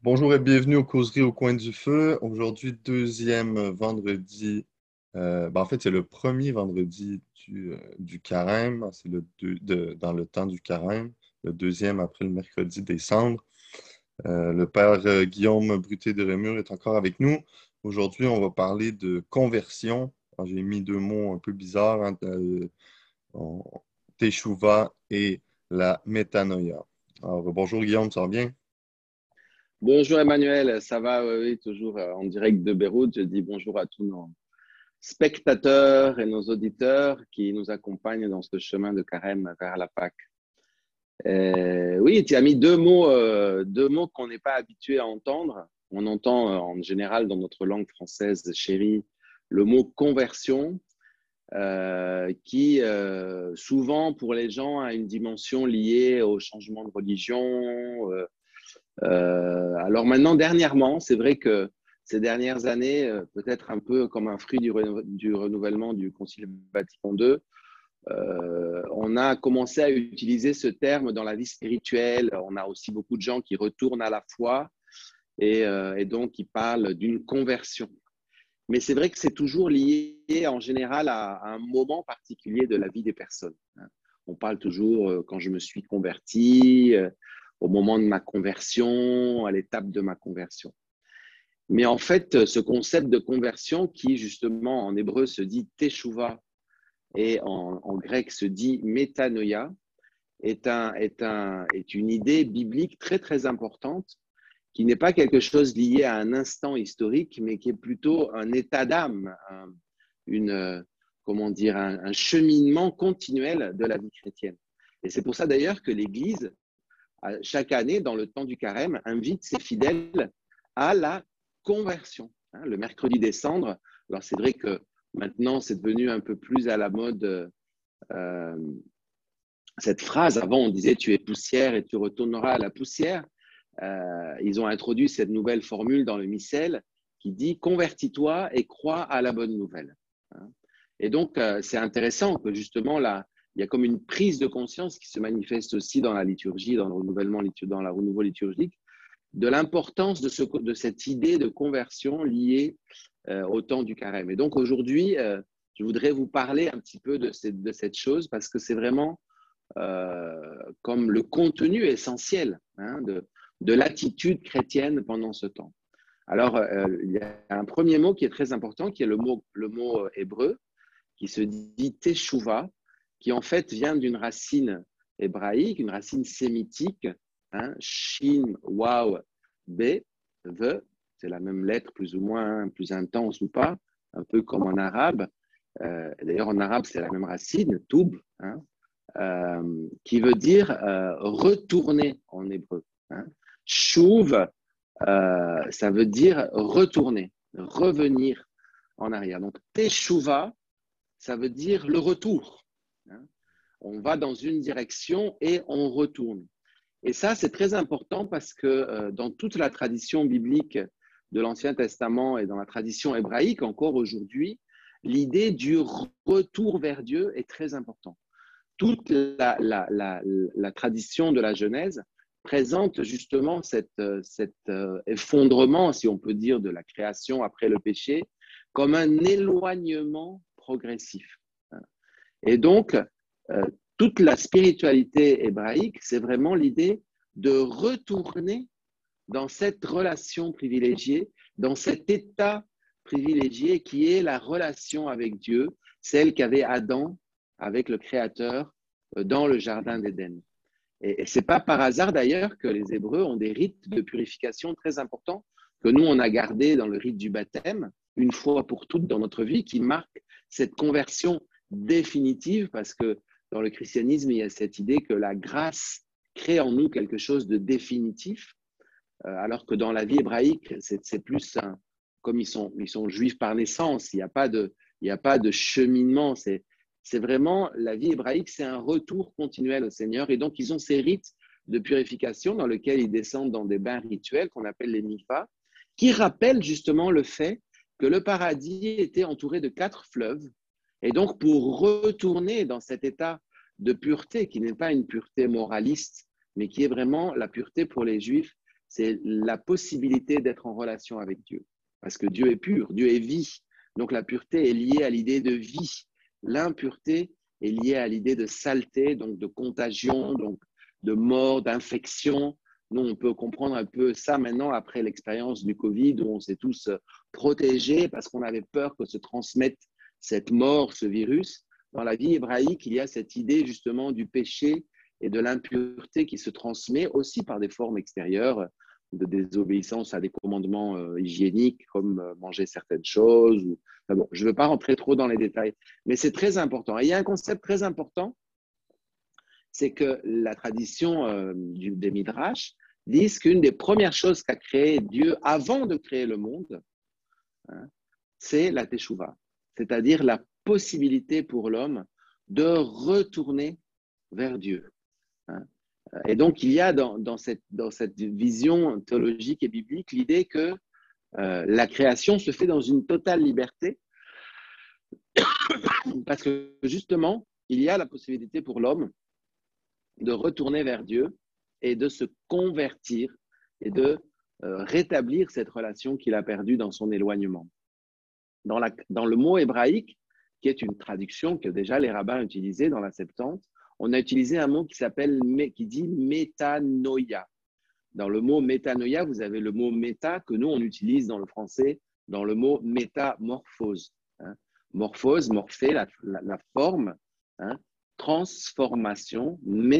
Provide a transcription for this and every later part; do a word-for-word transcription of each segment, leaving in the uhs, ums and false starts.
Bonjour et bienvenue aux causeries au coin du feu. Aujourd'hui, deuxième vendredi. Euh, ben, en fait, c'est le premier vendredi du, euh, du carême. C'est le deux- de- dans le temps du carême, le deuxième après le mercredi décembre. Euh, le père euh, Guillaume Bruté de Rémur est encore avec nous. Aujourd'hui, on va parler de conversion. Alors, j'ai mis deux mots un peu bizarres, hein, euh, on- Teshuvah et la métanoïa. Alors, bonjour Guillaume, ça va bien? Bonjour Emmanuel, ça va? Oui, oui, toujours euh, en direct de Beyrouth. Je dis bonjour à tous nos spectateurs et nos auditeurs qui nous accompagnent dans ce chemin de carême vers la Pâque. Euh, oui, tu as mis deux mots, euh, deux mots qu'on n'est pas habitué à entendre. On entend euh, en général dans notre langue française chérie le mot conversion, euh, qui euh, souvent pour les gens a une dimension liée au changement de religion. euh, euh, alors maintenant, dernièrement, c'est vrai que ces dernières années, euh, peut-être un peu comme un fruit du, renou- du renouvellement du Concile Vatican deux, euh, on a commencé à utiliser ce terme dans la vie spirituelle. On a aussi beaucoup de gens qui retournent à la foi et, euh, et donc qui parlent d'une conversion. Mais c'est vrai que c'est toujours lié en général à, à un moment particulier de la vie des personnes. On parle toujours euh, quand je me suis converti, euh, au moment de ma conversion, à l'étape de ma conversion. Mais en fait, ce concept de conversion qui, justement, en hébreu se dit teshuva et en, en grec se dit métanoïa, est, un, est, un, est une idée biblique très, très importante qui n'est pas quelque chose lié à un instant historique, mais qui est plutôt un état d'âme, un, une, comment dire, un, un cheminement continuel de la vie chrétienne. Et c'est pour ça d'ailleurs que l'Église, chaque année, dans le temps du carême, invite ses fidèles à la conversion. Hein, le mercredi des cendres, alors c'est vrai que maintenant c'est devenu un peu plus à la mode euh, cette phrase. Avant on disait tu es poussière et tu retourneras à la poussière. Euh, ils ont introduit cette nouvelle formule dans le missel qui dit convertis-toi et crois à la bonne nouvelle. Hein. Et donc euh, c'est intéressant que justement là, il y a comme une prise de conscience qui se manifeste aussi dans la liturgie, dans le renouvellement, dans la renouveau liturgique, de l'importance de, ce, de cette idée de conversion liée euh, au temps du carême. Et donc aujourd'hui, euh, je voudrais vous parler un petit peu de cette, de cette chose parce que c'est vraiment euh, comme le contenu essentiel hein, de, de l'attitude chrétienne pendant ce temps. Alors, euh, il y a un premier mot qui est très important, qui est le mot, le mot hébreu, qui se dit teshuva, qui en fait vient d'une racine hébraïque, une racine sémitique, hein, shin, waw, b, v, c'est la même lettre plus ou moins, plus intense ou pas, un peu comme en arabe. Euh, D'ailleurs, en arabe, c'est la même racine, toub, hein, euh, qui veut dire euh, retourner en hébreu. Hein. Shuv, euh, ça veut dire retourner, revenir en arrière. Donc, teshuva, ça veut dire le retour. Hein. On va dans une direction et on retourne. Et ça, c'est très important parce que euh, dans toute la tradition biblique de l'Ancien Testament et dans la tradition hébraïque encore aujourd'hui, l'idée du retour vers Dieu est très importante. Toute la, la, la, la tradition de la Genèse présente justement cet, cet effondrement, si on peut dire, de la création après le péché, comme un éloignement progressif. Et donc, euh, toute la spiritualité hébraïque, c'est vraiment l'idée de retourner dans cette relation privilégiée, dans cet état privilégié qui est la relation avec Dieu, celle qu'avait Adam avec le Créateur dans le Jardin d'Éden. Et, et ce n'est pas par hasard d'ailleurs que les Hébreux ont des rites de purification très importants que nous, on a gardés dans le rite du baptême, une fois pour toutes dans notre vie, qui marque cette conversion définitive, parce que dans le christianisme, il y a cette idée que la grâce crée en nous quelque chose de définitif, euh, alors que dans la vie hébraïque, c'est plus un, comme ils sont, ils sont juifs par naissance, il n'y a pas de, il n'y a pas de cheminement, c'est c'est vraiment, la vie hébraïque, c'est un retour continuel au Seigneur. Et donc, ils ont ces rites de purification dans lesquels ils descendent dans des bains rituels qu'on appelle les mikvahs, qui rappellent justement le fait que le paradis était entouré de quatre fleuves. Et donc, pour retourner dans cet état de pureté, qui n'est pas une pureté moraliste, mais qui est vraiment la pureté pour les Juifs, c'est la possibilité d'être en relation avec Dieu. Parce que Dieu est pur, Dieu est vie. Donc la pureté est liée à l'idée de vie. L'impureté est liée à l'idée de saleté, donc de contagion, donc de mort, d'infection. Nous, on peut comprendre un peu ça maintenant après l'expérience du Covid où on s'est tous protégés parce qu'on avait peur que se transmette cette mort, ce virus. Dans la vie hébraïque, il y a cette idée justement du péché et de l'impureté qui se transmet aussi par des formes extérieures, de désobéissance à des commandements euh, hygiéniques comme euh, manger certaines choses. Ou... Enfin bon, je ne veux pas rentrer trop dans les détails, mais c'est très important. Et il y a un concept très important, c'est que la tradition euh, du, des Midrash dit qu'une des premières choses qu'a créé Dieu avant de créer le monde, hein, c'est la Teshuvah, c'est-à-dire la possibilité pour l'homme de retourner vers Dieu. Hein. Et donc, il y a dans, dans, cette, dans cette vision théologique et biblique l'idée que euh, la création se fait dans une totale liberté parce que justement, il y a la possibilité pour l'homme de retourner vers Dieu et de se convertir et de euh, rétablir cette relation qu'il a perdue dans son éloignement. Dans, la, dans le mot hébraïque, qui est une traduction que déjà les rabbins utilisaient dans la Septante, on a utilisé un mot qui s'appelle, qui dit métanoïa. Dans le mot métanoïa, vous avez le mot méta que nous on utilise dans le français, dans le mot métamorphose. Hein. Morphose, morphée, la, la, la forme, hein. Transformation,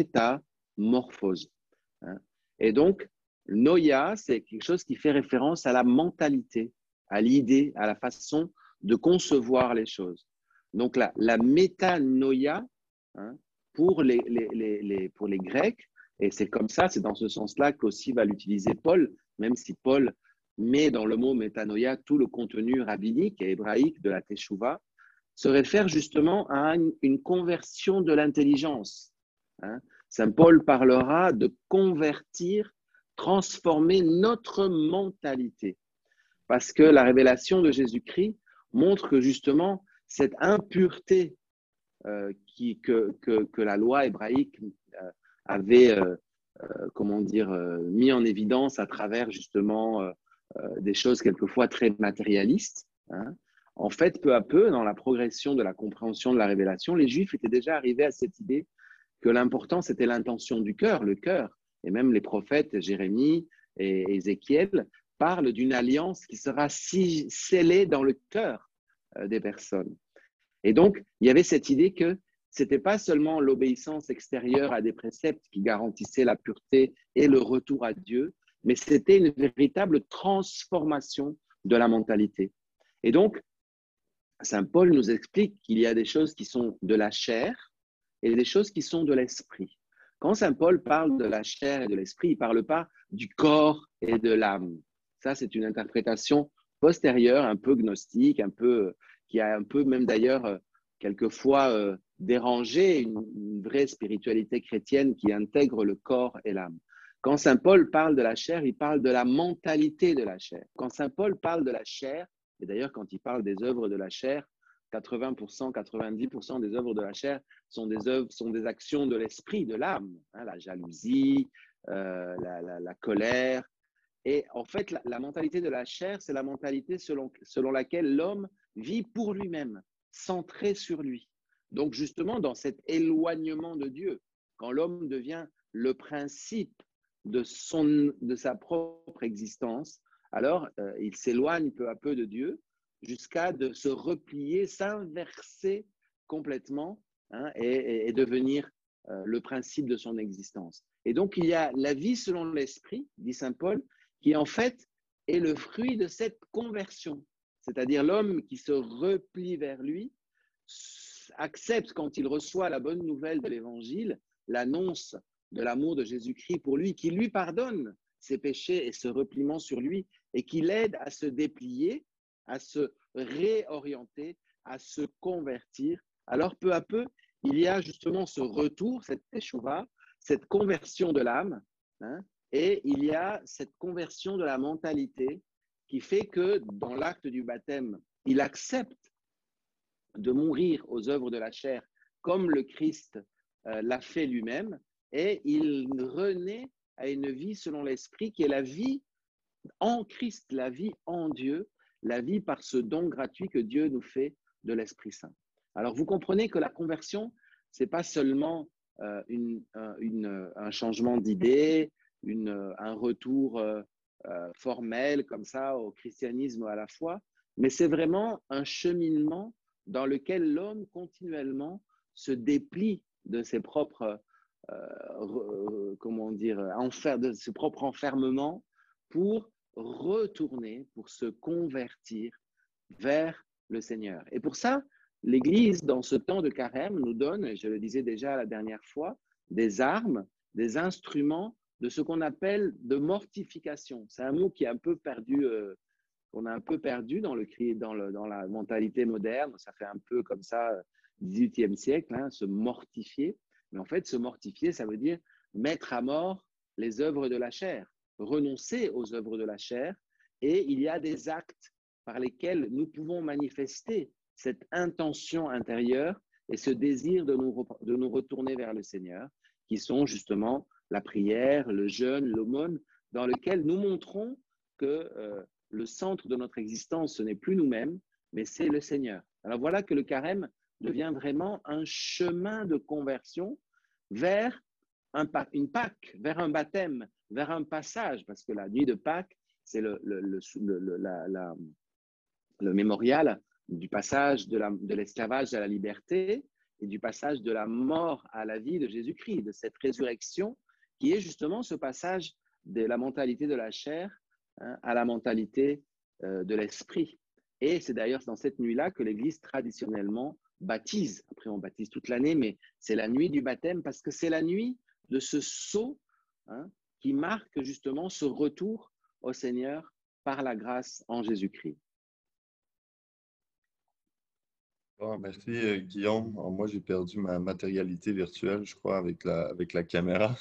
métamorphose. Hein. Et donc, noïa, c'est quelque chose qui fait référence à la mentalité, à l'idée, à la façon de concevoir les choses. Donc, la, la métanoïa, hein, pour, les, les, les, les, pour les Grecs, et c'est comme ça, c'est dans ce sens-là qu'aussi va l'utiliser Paul, même si Paul met dans le mot métanoïa tout le contenu rabbinique et hébraïque de la Teshuvah, se réfère justement à une, une conversion de l'intelligence. Hein. Saint Paul parlera de convertir, transformer notre mentalité. Parce que la révélation de Jésus-Christ montre que justement, cette impureté euh, qui, que, que, que la loi hébraïque euh, avait, euh, euh, comment dire, euh, mis en évidence à travers justement euh, euh, des choses quelquefois très matérialistes, hein. En fait, peu à peu, dans la progression de la compréhension de la révélation, les Juifs étaient déjà arrivés à cette idée que l'important, c'était l'intention du cœur, le cœur. Et même les prophètes, Jérémie et Ézéchiel, parlent d'une alliance qui sera si scellée dans le cœur euh, des personnes. Et donc, il y avait cette idée que ce n'était pas seulement l'obéissance extérieure à des préceptes qui garantissaient la pureté et le retour à Dieu, mais c'était une véritable transformation de la mentalité. Et donc, Saint Paul nous explique qu'il y a des choses qui sont de la chair et des choses qui sont de l'esprit. Quand Saint Paul parle de la chair et de l'esprit, il ne parle pas du corps et de l'âme. Ça, c'est une interprétation postérieure, un peu gnostique, un peu, qui a un peu même d'ailleurs quelquefois euh, dérangé une, une vraie spiritualité chrétienne qui intègre le corps et l'âme. Quand Saint Paul parle de la chair, il parle de la mentalité de la chair. Quand Saint Paul parle de la chair, et d'ailleurs, quand il parle des œuvres de la chair, quatre-vingts pour cent, quatre-vingt-dix pour cent des œuvres de la chair sont des œuvres, sont des actions de l'esprit, de l'âme, hein, la jalousie, euh, la, la, la colère. Et en fait, la, la mentalité de la chair, c'est la mentalité selon, selon laquelle l'homme vit pour lui-même, centré sur lui. Donc justement, dans cet éloignement de Dieu, quand l'homme devient le principe de, son, de sa propre existence, alors euh, il s'éloigne peu à peu de Dieu jusqu'à de se replier, s'inverser complètement, hein, et, et, et devenir euh, le principe de son existence. Et donc il y a la vie selon l'esprit, dit Saint Paul, qui en fait est le fruit de cette conversion. C'est-à-dire l'homme qui se replie vers lui, accepte quand il reçoit la bonne nouvelle de l'Évangile, l'annonce de l'amour de Jésus-Christ pour lui, qui lui pardonne ses péchés et ce repliement sur lui, et qui l'aide à se déplier, à se réorienter, à se convertir. Alors peu à peu, il y a justement ce retour, cette teshuva, cette conversion de l'âme, hein, et il y a cette conversion de la mentalité qui fait que dans l'acte du baptême, il accepte de mourir aux œuvres de la chair comme le Christ euh, l'a fait lui-même, et il renaît à une vie selon l'Esprit, qui est la vie en Christ, la vie en Dieu, la vie par ce don gratuit que Dieu nous fait de l'Esprit Saint. Alors, vous comprenez que la conversion, ce n'est pas seulement euh, une, un, une, un changement d'idée, une, un retour euh, euh, formel comme ça au christianisme ou à la foi, mais c'est vraiment un cheminement dans lequel l'homme continuellement se déplie de ses propres, euh, comment dire, enfer, de ses propres enfermements pour retourner, pour se convertir vers le Seigneur. Et pour ça, l'Église, dans ce temps de carême, nous donne, et je le disais déjà la dernière fois, des armes, des instruments de ce qu'on appelle de mortification. C'est un mot qui est un peu perdu, euh, qu'on a un peu perdu dans, le, dans, le, dans la mentalité moderne. Ça fait un peu comme ça, dix-huitième siècle, hein, se mortifier. Mais en fait, se mortifier, ça veut dire mettre à mort les œuvres de la chair, renoncer aux œuvres de la chair. Et il y a des actes par lesquels nous pouvons manifester cette intention intérieure et ce désir de nous, de nous retourner vers le Seigneur, qui sont justement la prière, le jeûne, l'aumône, dans lequel nous montrons que euh, le centre de notre existence, ce n'est plus nous-mêmes, mais c'est le Seigneur. Alors voilà que le carême devient vraiment un chemin de conversion vers un, une Pâque, vers un baptême, vers un passage, parce que la nuit de Pâques, c'est le, le, le, le, la, la, le mémorial du passage de l'esclavage à la liberté et du passage de la mort à la vie de Jésus-Christ, de cette résurrection qui est justement ce passage de la mentalité de la chair hein, à la mentalité euh, de l'esprit. Et c'est d'ailleurs dans cette nuit-là que l'Église traditionnellement baptise. Après, on baptise toute l'année, mais c'est la nuit du baptême parce que c'est la nuit de ce saut hein, qui marque justement ce retour au Seigneur par la grâce en Jésus-Christ. Bon, merci euh, Guillaume. Alors, moi, j'ai perdu ma matérialité virtuelle, je crois, avec la, avec la caméra.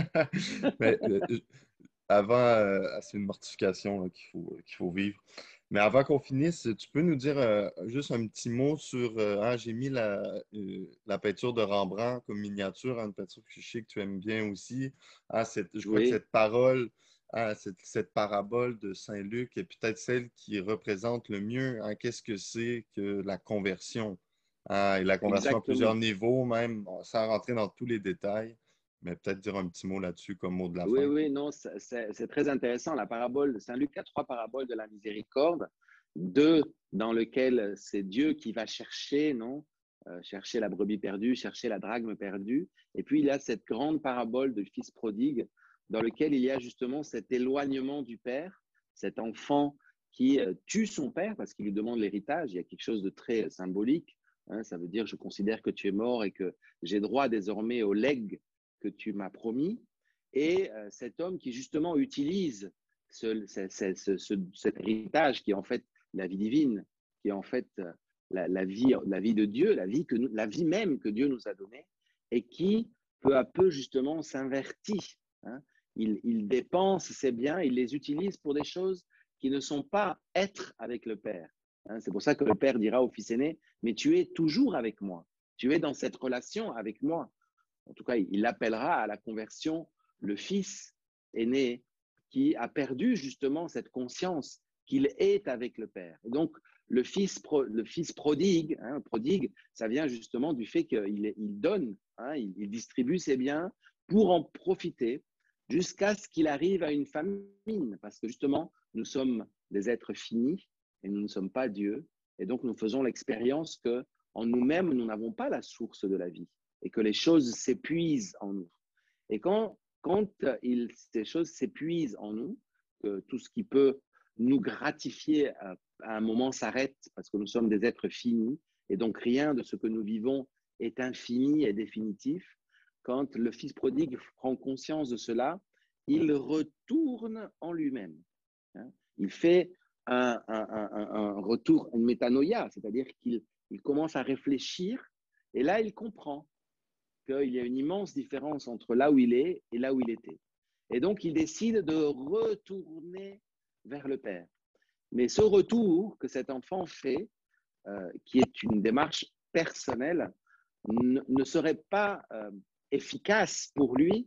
Mais euh, avant, euh, c'est une mortification là, qu'il faut, qu'il faut vivre. Mais avant qu'on finisse, tu peux nous dire euh, juste un petit mot sur. Euh, ah, j'ai mis la, euh, la peinture de Rembrandt comme miniature, hein, une peinture que je sais que tu aimes bien aussi. Ah, cette, je crois que Oui, cette parole, ah, cette, cette parabole de Saint-Luc est peut-être celle qui représente le mieux hein, qu'est-ce que c'est que la conversion. Ah, et la conversion à plusieurs exactement. niveaux, même, bon, sans rentrer dans tous les détails, mais peut-être dire un petit mot là-dessus comme mot de la Oui, fin. oui, non, c'est très intéressant. La parabole, Saint-Luc a trois paraboles de la miséricorde, deux dans lesquelles c'est Dieu qui va chercher, non, euh, chercher la brebis perdue, chercher la drachme perdue. Et puis il y a cette grande parabole de fils prodigue, dans lequel il y a justement cet éloignement du père, cet enfant qui euh, tue son père parce qu'il lui demande l'héritage. Il y a quelque chose de très symbolique. Hein, ça veut dire je considère que tu es mort et que j'ai droit désormais au legs que tu m'as promis. Et euh, cet homme qui justement utilise ce, ce, ce, ce, cet héritage qui est en fait la vie divine, qui est en fait euh, la, la, vie, la vie de Dieu, la vie, que nous, la vie même que Dieu nous a donnée, et qui peu à peu justement s'invertit. Hein. Il, il dépense ses biens, il les utilise pour des choses qui ne sont pas être avec le Père. Hein. C'est pour ça que le Père dira au fils aîné, mais tu es toujours avec moi, tu es dans cette relation avec moi. En tout cas, il appellera à la conversion le fils aîné qui a perdu justement cette conscience qu'il est avec le Père. Et donc, le fils, pro, le fils prodigue, hein, prodigue, ça vient justement du fait qu'il il donne, hein, il, il distribue ses biens pour en profiter jusqu'à ce qu'il arrive à une famine. Parce que justement, nous sommes des êtres finis et nous ne sommes pas Dieu. Et donc, nous faisons l'expérience qu'en nous-mêmes, nous n'avons pas la source de la vie et que les choses s'épuisent en nous. Et quand, quand il, ces choses s'épuisent en nous, que tout ce qui peut nous gratifier à, à un moment s'arrête parce que nous sommes des êtres finis et donc rien de ce que nous vivons est infini et définitif, quand le fils prodigue prend conscience de cela, il retourne en lui-même. Hein. Il fait un, un, un, un retour, une métanoïa, c'est-à-dire qu'il il commence à réfléchir et là il comprend qu'il y a une immense différence entre là où il est et là où il était. Et donc, il décide de retourner vers le Père. Mais ce retour que cet enfant fait, euh, qui est une démarche personnelle, ne, ne serait pas euh, efficace pour lui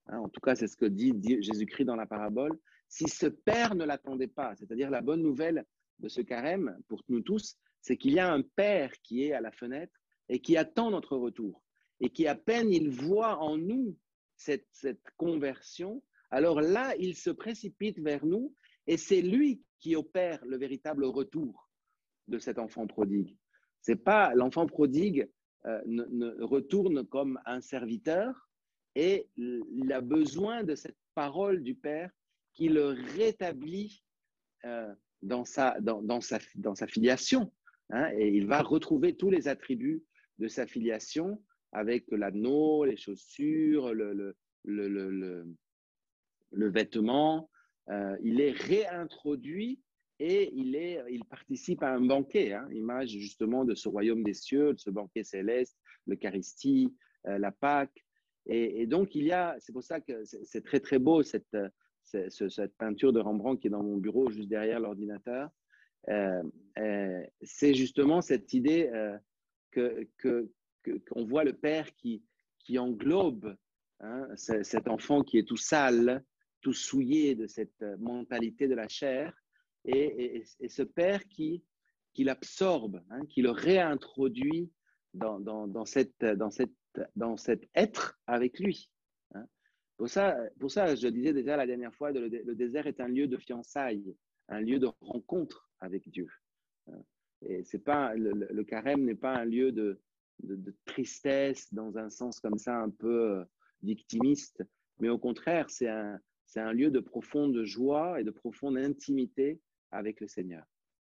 hein, en tout cas c'est ce que dit, dit Jésus-Christ dans la parabole, si ce père ne l'attendait pas, c'est-à-dire la bonne nouvelle de ce carême pour nous tous, c'est qu'il y a un père qui est à la fenêtre et qui attend notre retour et qui à peine il voit en nous cette, cette conversion, alors là il se précipite vers nous et c'est lui qui opère le véritable retour de cet enfant prodigue. C'est pas l'enfant prodigue euh, ne, ne retourne comme un serviteur et il a besoin de cette parole du Père qui le rétablit euh, dans, sa, dans, dans, sa, dans sa filiation. Hein, et il va retrouver tous les attributs de sa filiation avec l'anneau, les chaussures, le, le, le, le, le, le vêtement. Euh, il est réintroduit et il, est, il participe à un banquet, hein, image justement de ce royaume des cieux, de ce banquet céleste, l'Eucharistie, euh, la Pâque. Et, et donc, il y a, c'est pour ça que c'est, c'est très, très beau, cette, cette, cette peinture de Rembrandt qui est dans mon bureau, juste derrière l'ordinateur. Euh, euh, c'est justement cette idée euh, que, que, que, qu'on voit le Père qui, qui englobe hein, cet enfant qui est tout sale, tout souillé de cette mentalité de la chair, et, et, et ce Père qui, qui l'absorbe, hein, qui le réintroduit dans, dans, dans, cette, dans, cette, dans cet être avec lui. Hein. Pour ça, pour ça, je disais déjà la dernière fois, le, le désert est un lieu de fiançailles, un lieu de rencontre avec Dieu. Et c'est pas, le, le carême n'est pas un lieu de, de, de tristesse dans un sens comme ça un peu victimiste, mais au contraire, c'est un, c'est un lieu de profonde joie et de profonde intimité avec le Seigneur.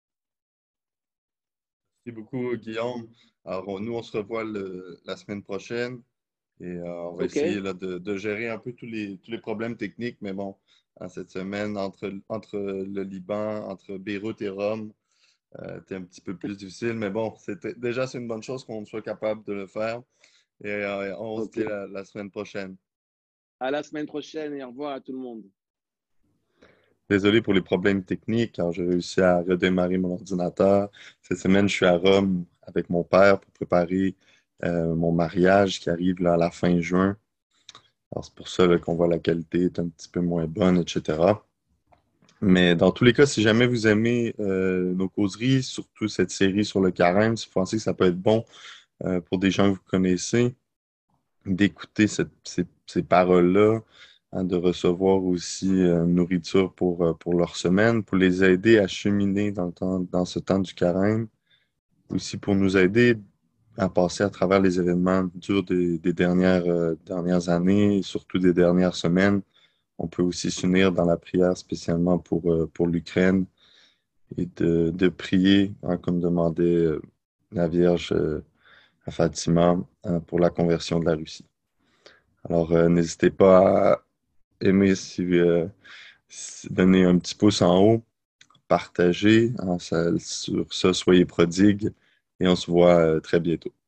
Merci beaucoup, Guillaume. Alors, nous, on se revoit le- la semaine prochaine et euh, on va OK, essayer là, de, de gérer un peu tous les, tous les problèmes techniques. Mais bon, hein, cette semaine, entre, entre le Liban, entre Beyrouth et Rome, euh, c'était un petit peu plus difficile. Mais bon, c'était, déjà, c'est une bonne chose qu'on soit capable de le faire. Et euh, on se dit OK. la, la semaine prochaine. À la semaine prochaine et au revoir à tout le monde. Désolé pour les problèmes techniques, car j'ai réussi à redémarrer mon ordinateur. Cette semaine, je suis à Rome avec mon père pour préparer euh, mon mariage qui arrive là, à la fin juin. Alors, c'est pour ça là, qu'on voit la qualité est un petit peu moins bonne, et cetera. Mais dans tous les cas, si jamais vous aimez euh, nos causeries, surtout cette série sur le carême, si vous pensez que ça peut être bon euh, pour des gens que vous connaissez, d'écouter cette- ces, ces paroles-là, hein, de recevoir aussi euh, nourriture pour, euh, pour leur semaine, pour les aider à cheminer dans le temps, dans ce temps du carême, aussi pour nous aider à passer à travers les événements durs des, des dernières, euh, dernières années, et surtout des dernières semaines. On peut aussi s'unir dans la prière spécialement pour, euh, pour l'Ukraine et de, de prier, hein, comme demandait euh, la Vierge euh, à Fatima, hein, pour la conversion de la Russie. Alors, euh, n'hésitez pas à aimer si, euh, si- donner un petit pouce en haut, partager, hein, ça- sur ça, soyez prodigue et on se voit euh, très bientôt.